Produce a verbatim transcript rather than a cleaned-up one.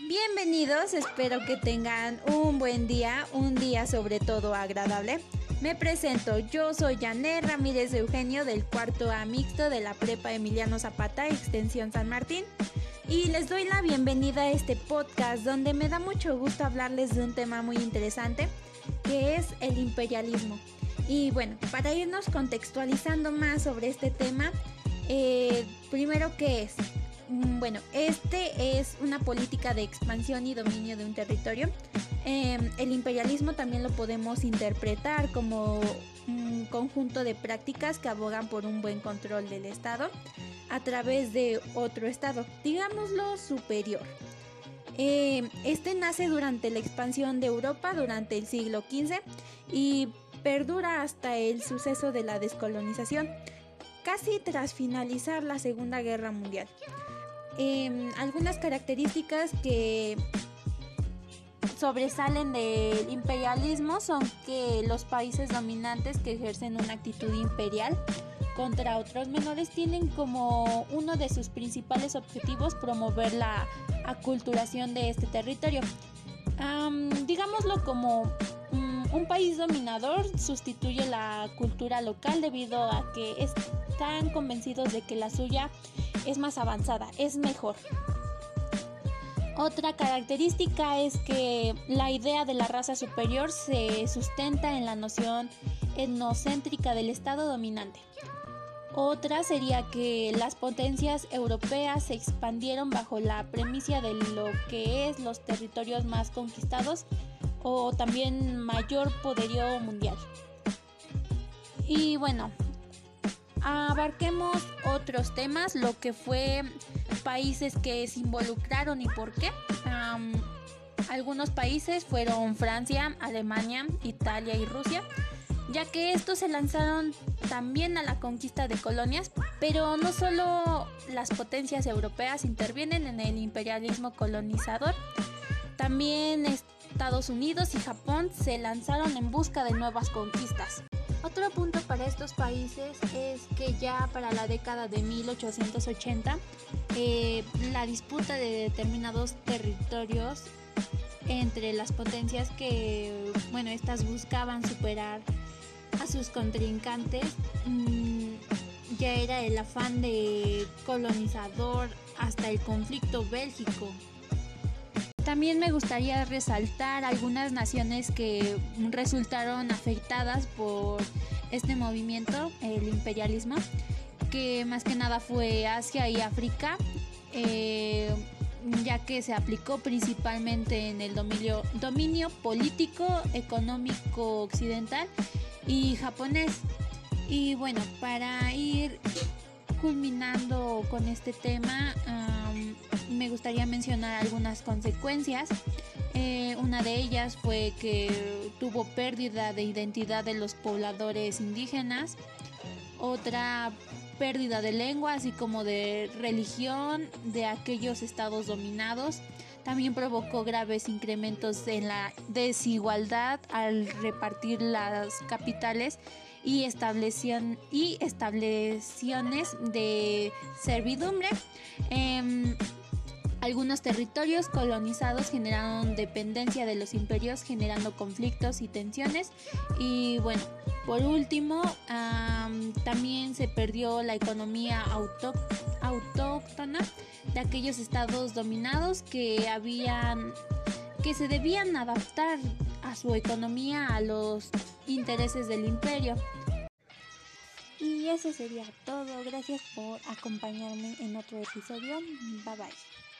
Bienvenidos, espero que tengan un buen día, un día sobre todo agradable. Me presento, yo soy Janet Ramírez Eugenio del cuarto A mixto de la Prepa Emiliano Zapata, Extensión San Martín. Y les doy la bienvenida a este podcast donde me da mucho gusto hablarles de un tema muy interesante, que es el imperialismo. Y bueno, para irnos contextualizando más sobre este tema, eh, primero, ¿qué es? Bueno, este es una política de expansión y dominio de un territorio. Eh, el imperialismo también lo podemos interpretar como un conjunto de prácticas que abogan por un buen control del Estado a través de otro Estado, digámoslo superior. Eh, este nace durante la expansión de Europa durante el siglo quince y perdura hasta el suceso de la descolonización, casi tras finalizar la Segunda Guerra Mundial. Eh, algunas características que sobresalen del imperialismo son que los países dominantes que ejercen una actitud imperial contra otros menores tienen como uno de sus principales objetivos promover la aculturación de este territorio. Um, digámoslo como um, un país dominador sustituye la cultura local debido a que están convencidos de que la suya es más avanzada, es mejor. Otra característica es que la idea de la raza superior se sustenta en la noción etnocéntrica del Estado dominante. Otra sería que las potencias europeas se expandieron bajo la premisa de lo que es los territorios más conquistados o también mayor poderío mundial. Y bueno, abarquemos otros temas, lo que fue países que se involucraron y por qué. Um, algunos países fueron Francia, Alemania, Italia y Rusia, ya que estos se lanzaron también a la conquista de colonias, pero no solo las potencias europeas intervienen en el imperialismo colonizador, también Estados Unidos y Japón se lanzaron en busca de nuevas conquistas. Otro punto para estos países es que ya para la década de mil ochocientos ochenta, eh, la disputa de determinados territorios entre las potencias que, bueno, estas buscaban superar a sus contrincantes, mmm, ya era el afán de colonizador hasta el conflicto bélgico. También me gustaría resaltar algunas naciones que resultaron afectadas por este movimiento, el imperialismo, que más que nada fue Asia y África, eh, ya que se aplicó principalmente en el dominio, dominio político, económico occidental y japonés. Y bueno, para ir culminando con este tema, um, me gustaría mencionar algunas consecuencias. Eh, una de ellas fue que tuvo pérdida de identidad de los pobladores indígenas, otra pérdida de lengua, así como de religión de aquellos estados dominados. También provocó graves incrementos en la desigualdad al repartir las capitales y establecían y establecciones de servidumbre. Eh, Algunos territorios colonizados generaron dependencia de los imperios, generando conflictos y tensiones. Y bueno, por último, um, también se perdió la economía auto, autóctona de aquellos estados dominados que habían, que se debían adaptar a su economía a los intereses del imperio. Y eso sería todo. Gracias por acompañarme en otro episodio. Bye bye.